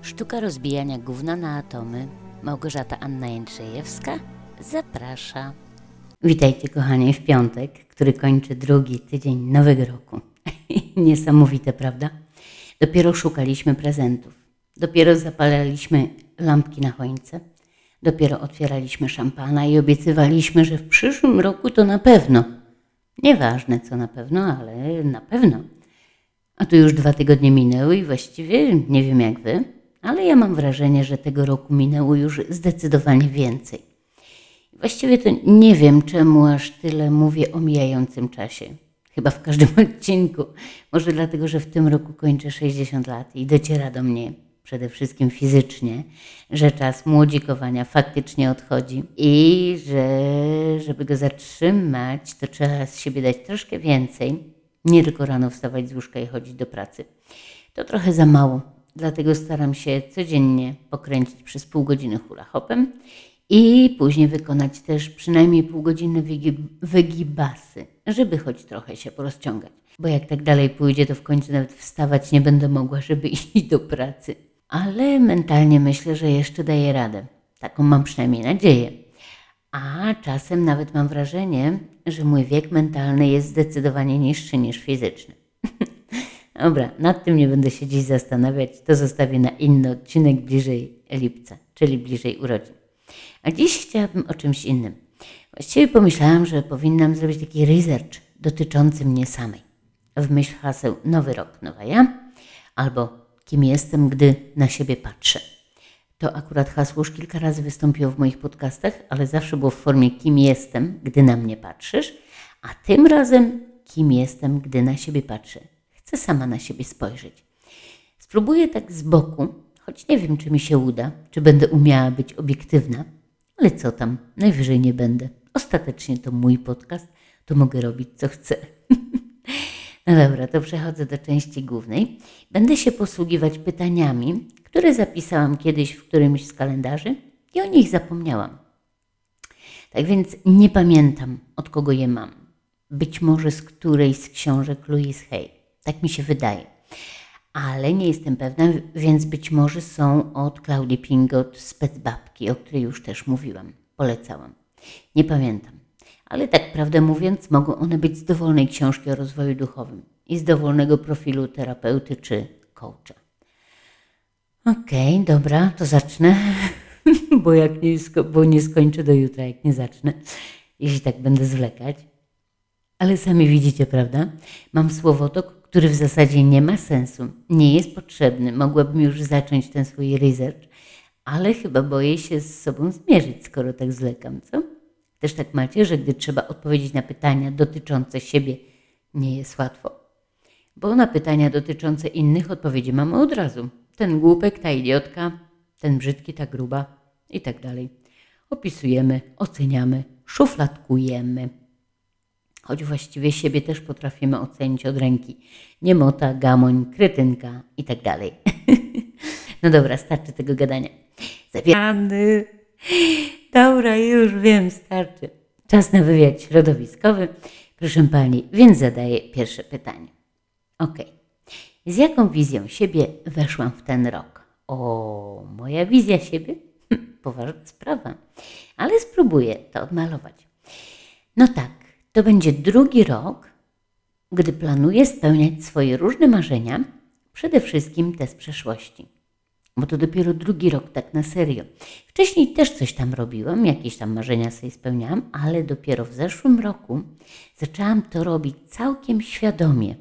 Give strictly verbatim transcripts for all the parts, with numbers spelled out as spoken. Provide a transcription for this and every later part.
Sztuka rozbijania gówna na atomy. Małgorzata Anna Jędrzejewska zaprasza. Witajcie kochani w piątek, który kończy drugi tydzień nowego roku. Niesamowite, prawda? Dopiero szukaliśmy prezentów. Dopiero zapalaliśmy lampki na choince. Dopiero otwieraliśmy szampana i obiecywaliśmy, że w przyszłym roku to na pewno. Nieważne co na pewno, ale na pewno. A tu już dwa tygodnie minęły i właściwie nie wiem jak wy, ale ja mam wrażenie, że tego roku minęło już zdecydowanie więcej. Właściwie to nie wiem, czemu aż tyle mówię o mijającym czasie. Chyba w każdym odcinku. Może dlatego, że w tym roku kończę sześćdziesiąt lat i dociera do mnie, przede wszystkim fizycznie, że czas młodzikowania faktycznie odchodzi i że żeby go zatrzymać, to trzeba z siebie dać troszkę więcej. Nie tylko rano wstawać z łóżka i chodzić do pracy. To trochę za mało, dlatego staram się codziennie pokręcić przez pół godziny hula hopem i później wykonać też przynajmniej pół godziny wygibasy, żeby choć trochę się porozciągać. Bo jak tak dalej pójdzie, to w końcu nawet wstawać nie będę mogła, żeby iść do pracy. Ale mentalnie myślę, że jeszcze daję radę. Taką mam przynajmniej nadzieję. A czasem nawet mam wrażenie, że mój wiek mentalny jest zdecydowanie niższy niż fizyczny. Dobra, nad tym nie będę się dziś zastanawiać, to zostawię na inny odcinek bliżej lipca, czyli bliżej urodzin. A dziś chciałabym o czymś innym. Właściwie pomyślałam, że powinnam zrobić taki research dotyczący mnie samej. W myśl haseł Nowy Rok, Nowa Ja, albo Kim jestem, gdy na siebie patrzę. To akurat hasło już kilka razy wystąpiło w moich podcastach, ale zawsze było w formie kim jestem, gdy na mnie patrzysz, a tym razem kim jestem, gdy na siebie patrzę. Chcę sama na siebie spojrzeć. Spróbuję tak z boku, choć nie wiem, czy mi się uda, czy będę umiała być obiektywna, ale co tam, najwyżej nie będę. Ostatecznie to mój podcast, to mogę robić co chcę. No dobra, to przechodzę do części głównej. Będę się posługiwać pytaniami, które zapisałam kiedyś w którymś z kalendarzy i o nich zapomniałam. Tak więc nie pamiętam, od kogo je mam. Być może z którejś z książek Louise Hay. Tak mi się wydaje. Ale nie jestem pewna, więc być może są od Klaudii Pingot, Specbabki, o której już też mówiłam. Polecałam. Nie pamiętam. Ale tak prawdę mówiąc, mogą one być z dowolnej książki o rozwoju duchowym i z dowolnego profilu terapeuty czy coacha. Okej, okay, dobra, to zacznę, bo, jak nie, bo nie skończę do jutra, jak nie zacznę, jeśli tak będę zwlekać. Ale sami widzicie, prawda? Mam słowotok, który w zasadzie nie ma sensu, nie jest potrzebny. Mogłabym już zacząć ten swój research, ale chyba boję się z sobą zmierzyć, skoro tak zwlekam, co? Też tak macie, że gdy trzeba odpowiedzieć na pytania dotyczące siebie, nie jest łatwo. Bo na pytania dotyczące innych odpowiedzi mamy od razu. Ten głupek, ta idiotka, ten brzydki, ta gruba i tak dalej. Opisujemy, oceniamy, szufladkujemy. Choć właściwie siebie też potrafimy ocenić od ręki. Niemota, gamoń, kretynka i tak dalej. No dobra, starczy tego gadania. Zabieramy. Dobra, już wiem, starczy. Czas na wywiad środowiskowy. Proszę Pani, więc zadaję pierwsze pytanie. Okej. Z jaką wizją siebie weszłam w ten rok? O, moja wizja siebie? Poważna sprawa. Ale spróbuję to odmalować. No tak, to będzie drugi rok, gdy planuję spełniać swoje różne marzenia, przede wszystkim te z przeszłości. Bo to dopiero drugi rok tak na serio. Wcześniej też coś tam robiłam, jakieś tam marzenia sobie spełniałam, ale dopiero w zeszłym roku zaczęłam to robić całkiem świadomie.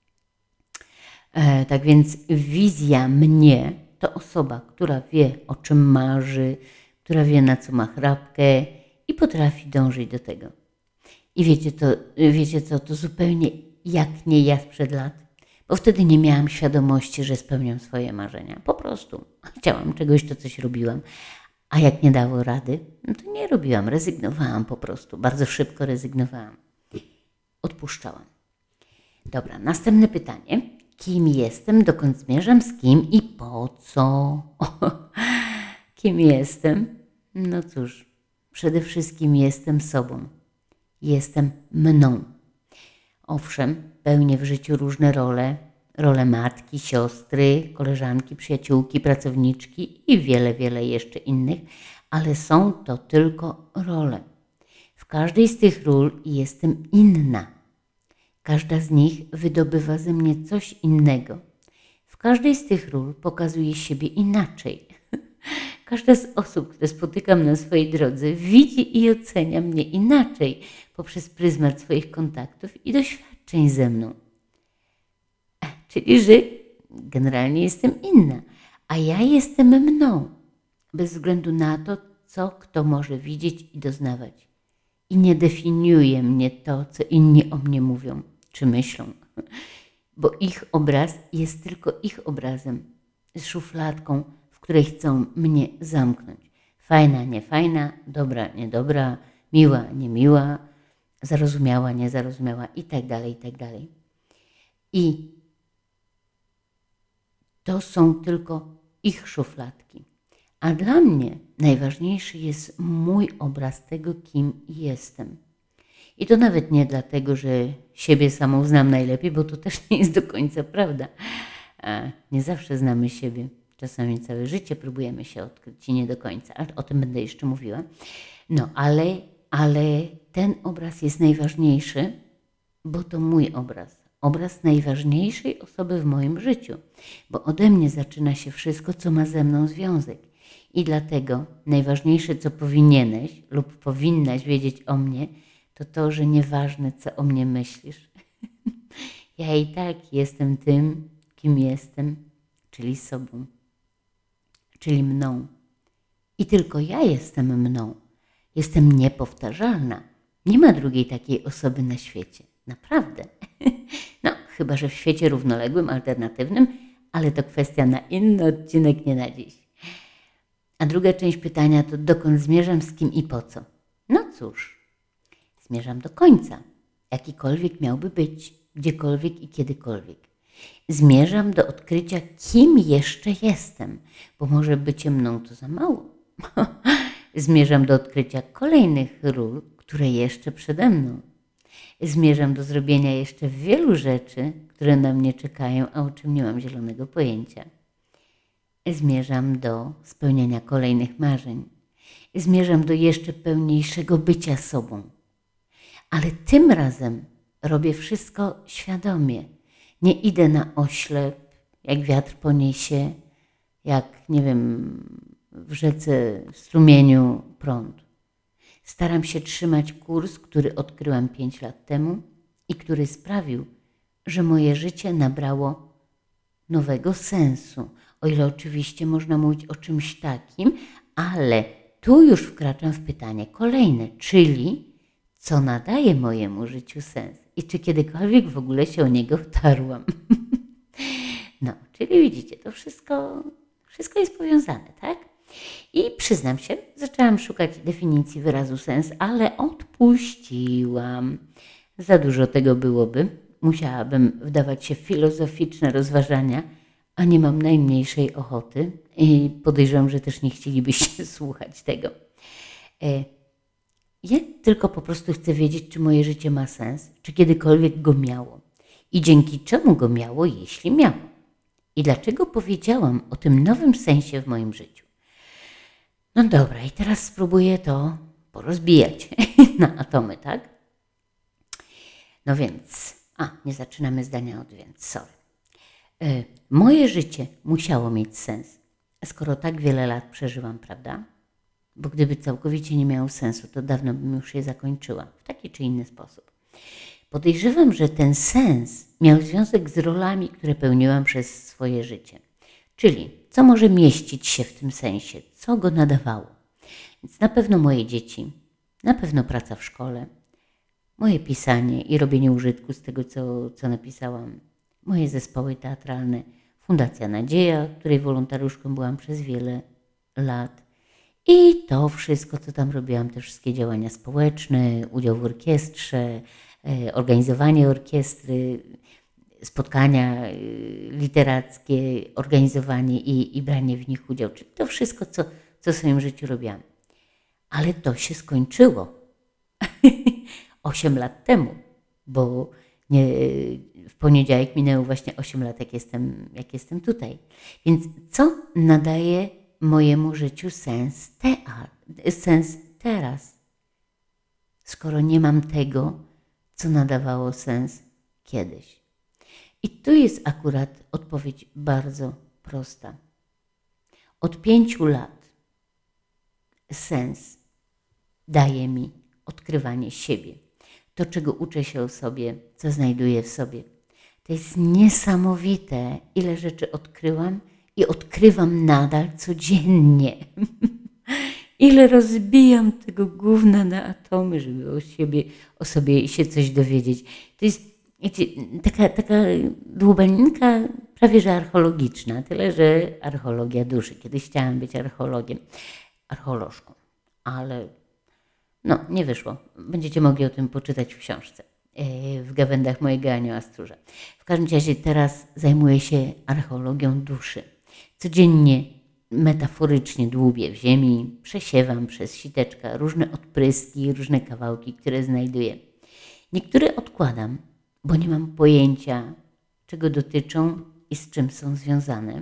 E, tak więc wizja mnie to osoba, która wie, o czym marzy, która wie, na co ma chrapkę i potrafi dążyć do tego. I wiecie, to, wiecie co, to zupełnie jak nie ja sprzed lat. Bo wtedy nie miałam świadomości, że spełniam swoje marzenia. Po prostu chciałam czegoś, to coś robiłam. A jak nie dało rady, no to nie robiłam, rezygnowałam po prostu. Bardzo szybko rezygnowałam. Odpuszczałam. Dobra, następne pytanie. Kim jestem, dokąd zmierzam, z kim i po co? O, kim jestem? No cóż, przede wszystkim jestem sobą. Jestem mną. Owszem, pełnię w życiu różne role, rolę matki, siostry, koleżanki, przyjaciółki, pracowniczki i wiele, wiele jeszcze innych, ale są to tylko role. W każdej z tych ról jestem inna. Każda z nich wydobywa ze mnie coś innego. W każdej z tych ról pokazuje siebie inaczej. Każda z osób, które spotykam na swojej drodze, widzi i ocenia mnie inaczej poprzez pryzmat swoich kontaktów i doświadczeń ze mną. Czyli, że generalnie jestem inna, a ja jestem mną, bez względu na to, co kto może widzieć i doznawać. I nie definiuje mnie to, co inni o mnie mówią czy myślą, bo ich obraz jest tylko ich obrazem, z szufladką, w której chcą mnie zamknąć. Fajna, niefajna, dobra, niedobra, miła, niemiła, zarozumiała, niezarozumiała i tak dalej, i tak dalej. I to są tylko ich szufladki. A dla mnie najważniejszy jest mój obraz tego, kim jestem. I to nawet nie dlatego, że siebie samą znam najlepiej, bo to też nie jest do końca prawda. A nie zawsze znamy siebie. Czasami całe życie próbujemy się odkryć i nie do końca. Ale o tym będę jeszcze mówiła. No, ale, ale ten obraz jest najważniejszy, bo to mój obraz. Obraz najważniejszej osoby w moim życiu, bo ode mnie zaczyna się wszystko, co ma ze mną związek. I dlatego najważniejsze, co powinieneś lub powinnaś wiedzieć o mnie, to to, że nieważne, co o mnie myślisz. Ja i tak jestem tym, kim jestem, czyli sobą, czyli mną. I tylko ja jestem mną. Jestem niepowtarzalna. Nie ma drugiej takiej osoby na świecie. Naprawdę. No, chyba że w świecie równoległym, alternatywnym, ale to kwestia na inny odcinek, nie na dziś. A druga część pytania to dokąd zmierzam, z kim i po co? No cóż, zmierzam do końca, jakikolwiek miałby być, gdziekolwiek i kiedykolwiek. Zmierzam do odkrycia, kim jeszcze jestem, bo może bycie mną to za mało. Zmierzam do odkrycia kolejnych ról, które jeszcze przede mną. Zmierzam do zrobienia jeszcze wielu rzeczy, które na mnie czekają, a o czym nie mam zielonego pojęcia. Zmierzam do spełniania kolejnych marzeń. Zmierzam do jeszcze pełniejszego bycia sobą. Ale tym razem robię wszystko świadomie. Nie idę na oślep, jak wiatr poniesie, jak, nie wiem, w rzece, w strumieniu prąd. Staram się trzymać kurs, który odkryłam pięć lat temu i który sprawił, że moje życie nabrało nowego sensu. O ile oczywiście można mówić o czymś takim, ale tu już wkraczam w pytanie kolejne, czyli co nadaje mojemu życiu sens i czy kiedykolwiek w ogóle się o niego wtarłam. No, czyli widzicie, to wszystko, wszystko jest powiązane, tak? I przyznam się, zaczęłam szukać definicji wyrazu sens, ale odpuściłam. Za dużo tego byłoby. Musiałabym wdawać się w filozoficzne rozważania, a nie mam najmniejszej ochoty i podejrzewam, że też nie chcielibyście słuchać tego. Ja tylko po prostu chcę wiedzieć, czy moje życie ma sens, czy kiedykolwiek go miało i dzięki czemu go miało, jeśli miało. I dlaczego powiedziałam o tym nowym sensie w moim życiu. No dobra, i teraz spróbuję to porozbijać na atomy, tak? No więc, a, nie zaczynamy zdania od więc, sorry. E, moje życie musiało mieć sens, skoro tak wiele lat przeżyłam, prawda? Bo gdyby całkowicie nie miało sensu, to dawno bym już je zakończyła, w taki czy inny sposób. Podejrzewam, że ten sens miał związek z rolami, które pełniłam przez swoje życie. Czyli co może mieścić się w tym sensie, co go nadawało. Więc na pewno moje dzieci, na pewno praca w szkole, moje pisanie i robienie użytku z tego, co, co napisałam, moje zespoły teatralne, Fundacja Nadzieja, której wolontariuszką byłam przez wiele lat i to wszystko, co tam robiłam, te wszystkie działania społeczne, udział w orkiestrze, organizowanie orkiestry, spotkania literackie, organizowanie i, i branie w nich udziału, czyli to wszystko, co, co w swoim życiu robiłam. Ale to się skończyło osiem lat temu, bo Nie, w poniedziałek minęło właśnie osiem lat, jak jestem, jak jestem tutaj. Więc co nadaje mojemu życiu sens, te, sens teraz, skoro nie mam tego, co nadawało sens kiedyś? I tu jest akurat odpowiedź bardzo prosta. Od pięciu lat sens daje mi odkrywanie siebie. To, czego uczę się o sobie, co znajduję w sobie. To jest niesamowite, ile rzeczy odkryłam i odkrywam nadal codziennie. Ile rozbijam tego gówna na atomy, żeby o, siebie, o sobie się coś dowiedzieć. To jest wiecie, taka, taka dłubaninka prawie że archeologiczna, tyle że archeologia duszy. Kiedyś chciałam być archeologiem, archeolożką, ale no nie wyszło. Będziecie mogli o tym poczytać w książce, w gawędach mojego anioła stróża. W każdym razie teraz zajmuję się archeologią duszy. Codziennie metaforycznie dłubię w ziemi, przesiewam przez siteczka różne odpryski, różne kawałki, które znajduję. Niektóre odkładam, bo nie mam pojęcia, czego dotyczą i z czym są związane.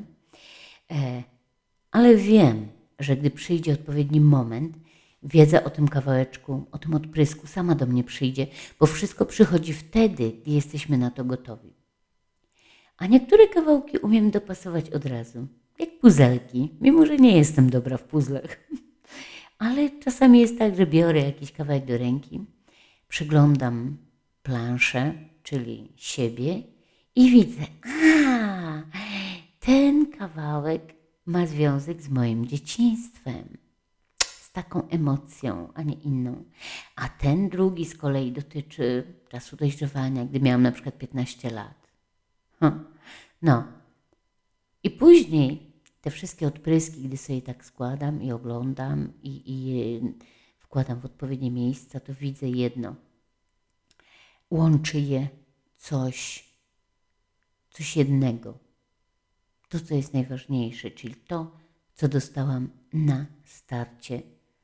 Ale wiem, że gdy przyjdzie odpowiedni moment, wiedza o tym kawałeczku, o tym odprysku sama do mnie przyjdzie, bo wszystko przychodzi wtedy, gdy jesteśmy na to gotowi. A niektóre kawałki umiem dopasować od razu, jak puzelki, mimo że nie jestem dobra w puzzlach. Ale czasami jest tak, że biorę jakiś kawałek do ręki, przyglądam planszę, czyli siebie i widzę, a ten kawałek ma związek z moim dzieciństwem, z taką emocją, a nie inną. A ten drugi z kolei dotyczy czasu dojrzewania, gdy miałam na przykład piętnaście lat. No i później te wszystkie odpryski, gdy sobie tak składam i oglądam i, i je wkładam w odpowiednie miejsca, to widzę jedno. Łączy je coś, coś jednego. To, co jest najważniejsze, czyli to, co dostałam na starcie.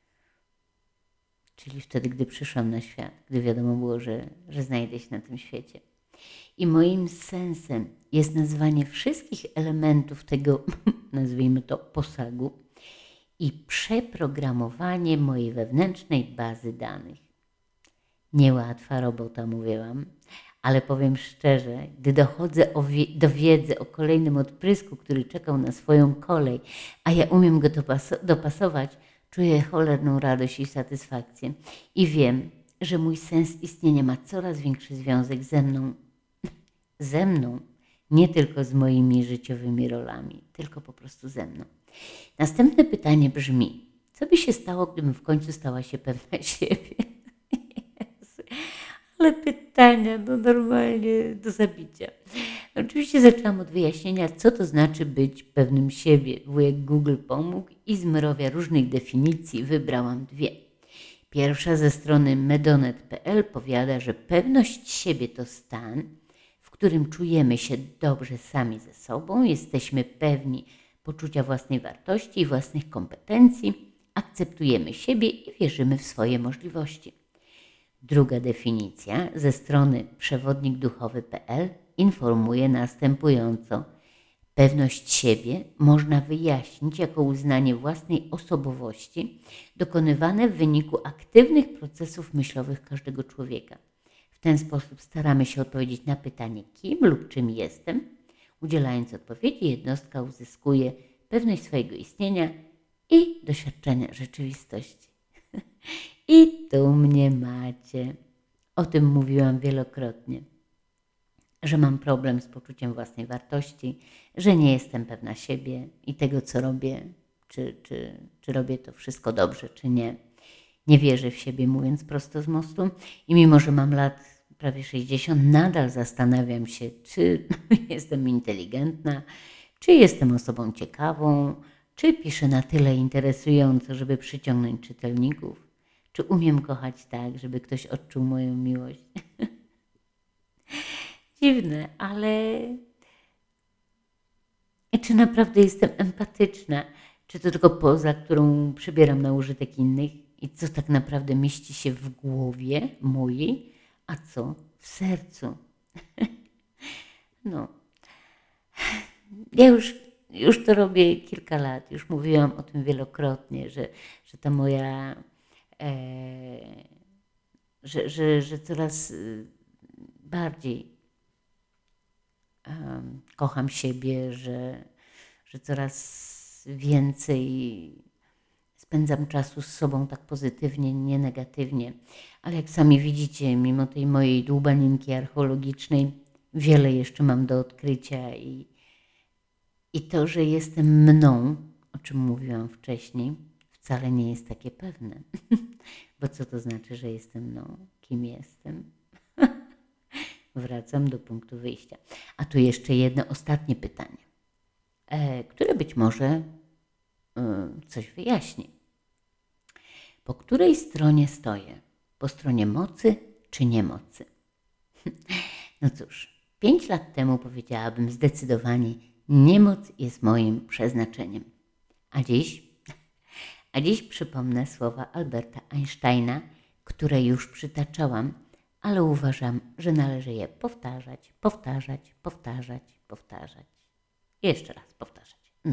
Czyli wtedy, gdy przyszłam na świat, gdy wiadomo było, że, że znajdę się na tym świecie. I moim sensem jest nazwanie wszystkich elementów tego, nazwijmy to, posagu i przeprogramowanie mojej wewnętrznej bazy danych. Niełatwa robota, mówiłam, ale powiem szczerze, gdy dochodzę wie- do wiedzy o kolejnym odprysku, który czekał na swoją kolej, a ja umiem go dopas- dopasować, czuję cholerną radość i satysfakcję. I wiem, że mój sens istnienia ma coraz większy związek ze mną, ze mną, nie tylko z moimi życiowymi rolami, tylko po prostu ze mną. Następne pytanie brzmi, co by się stało, gdybym w końcu stała się pewna siebie? Ale pytania, no normalnie do zabicia. Oczywiście zaczęłam od wyjaśnienia, co to znaczy być pewnym siebie. Wujek Google pomógł i z mrowia różnych definicji wybrałam dwie. Pierwsza ze strony medonet kropka p l powiada, że pewność siebie to stan, w którym czujemy się dobrze sami ze sobą, jesteśmy pewni poczucia własnej wartości i własnych kompetencji, akceptujemy siebie i wierzymy w swoje możliwości. Druga definicja ze strony przewodnik duchowy kropka p l informuje następująco. Pewność siebie można wyjaśnić jako uznanie własnej osobowości dokonywane w wyniku aktywnych procesów myślowych każdego człowieka. W ten sposób staramy się odpowiedzieć na pytanie, kim lub czym jestem. Udzielając odpowiedzi, jednostka uzyskuje pewność swojego istnienia i doświadczenia rzeczywistości. I tu mnie macie. O tym mówiłam wielokrotnie, że mam problem z poczuciem własnej wartości, że nie jestem pewna siebie i tego, co robię, czy, czy, czy robię to wszystko dobrze, czy nie. Nie wierzę w siebie, mówiąc prosto z mostu. I mimo, że mam lat prawie sześćdziesiąt, nadal zastanawiam się, czy jestem inteligentna, czy jestem osobą ciekawą, czy piszę na tyle interesująco, żeby przyciągnąć czytelników, czy umiem kochać tak, żeby ktoś odczuł moją miłość. Dziwne, ale czy naprawdę jestem empatyczna? Czy to tylko poza, którą przybieram na użytek innych? I co tak naprawdę mieści się w głowie mojej, a co w sercu? No, ja już, już to robię kilka lat, już mówiłam o tym wielokrotnie, że, że ta moja, e, że, że, że coraz y, bardziej em, kocham siebie, że, że coraz więcej spędzam czasu z sobą tak pozytywnie, nie negatywnie. Ale jak sami widzicie, mimo tej mojej dłubaninki archeologicznej, wiele jeszcze mam do odkrycia i, i to, że jestem mną, o czym mówiłam wcześniej, wcale nie jest takie pewne. Bo co to znaczy, że jestem mną? Kim jestem? Wracam do punktu wyjścia. A tu jeszcze jedno ostatnie pytanie, e, które być może e, coś wyjaśni. Po której stronie stoję? Po stronie mocy czy niemocy? No cóż, pięć lat temu powiedziałabym zdecydowanie, niemoc jest moim przeznaczeniem. A dziś? A dziś przypomnę słowa Alberta Einsteina, które już przytaczałam, ale uważam, że należy je powtarzać, powtarzać, powtarzać, powtarzać. Jeszcze raz powtarzać. No.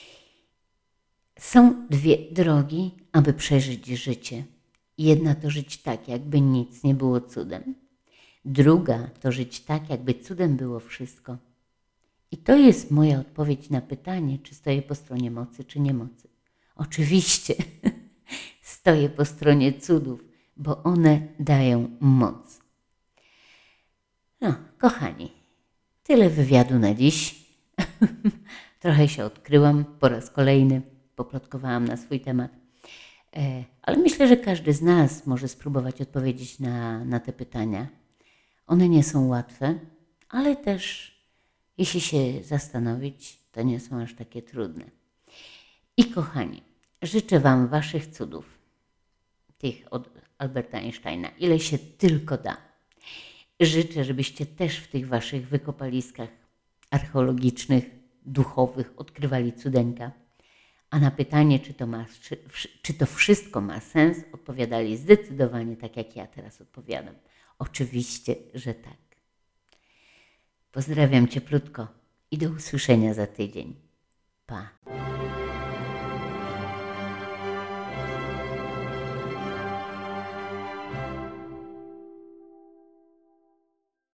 Są dwie drogi, aby przeżyć życie. Jedna to żyć tak, jakby nic nie było cudem. Druga to żyć tak, jakby cudem było wszystko. I to jest moja odpowiedź na pytanie, czy stoję po stronie mocy, czy niemocy. Oczywiście stoję po stronie cudów, bo one dają moc. No, kochani, tyle wywiadu na dziś. Trochę się odkryłam po raz kolejny, poplotkowałam na swój temat. E, ale myślę, że każdy z nas może spróbować odpowiedzieć na, na te pytania. One nie są łatwe, ale też jeśli się zastanowić, to nie są aż takie trudne. I kochani, życzę Wam Waszych cudów, tych od Alberta Einsteina, ile się tylko da. Życzę, żebyście też w tych Waszych wykopaliskach archeologicznych, duchowych odkrywali cudeńka. A na pytanie, czy to, ma, czy, czy to wszystko ma sens, odpowiadali zdecydowanie tak, jak ja teraz odpowiadam. Oczywiście, że tak. Pozdrawiam cieplutko i do usłyszenia za tydzień. Pa!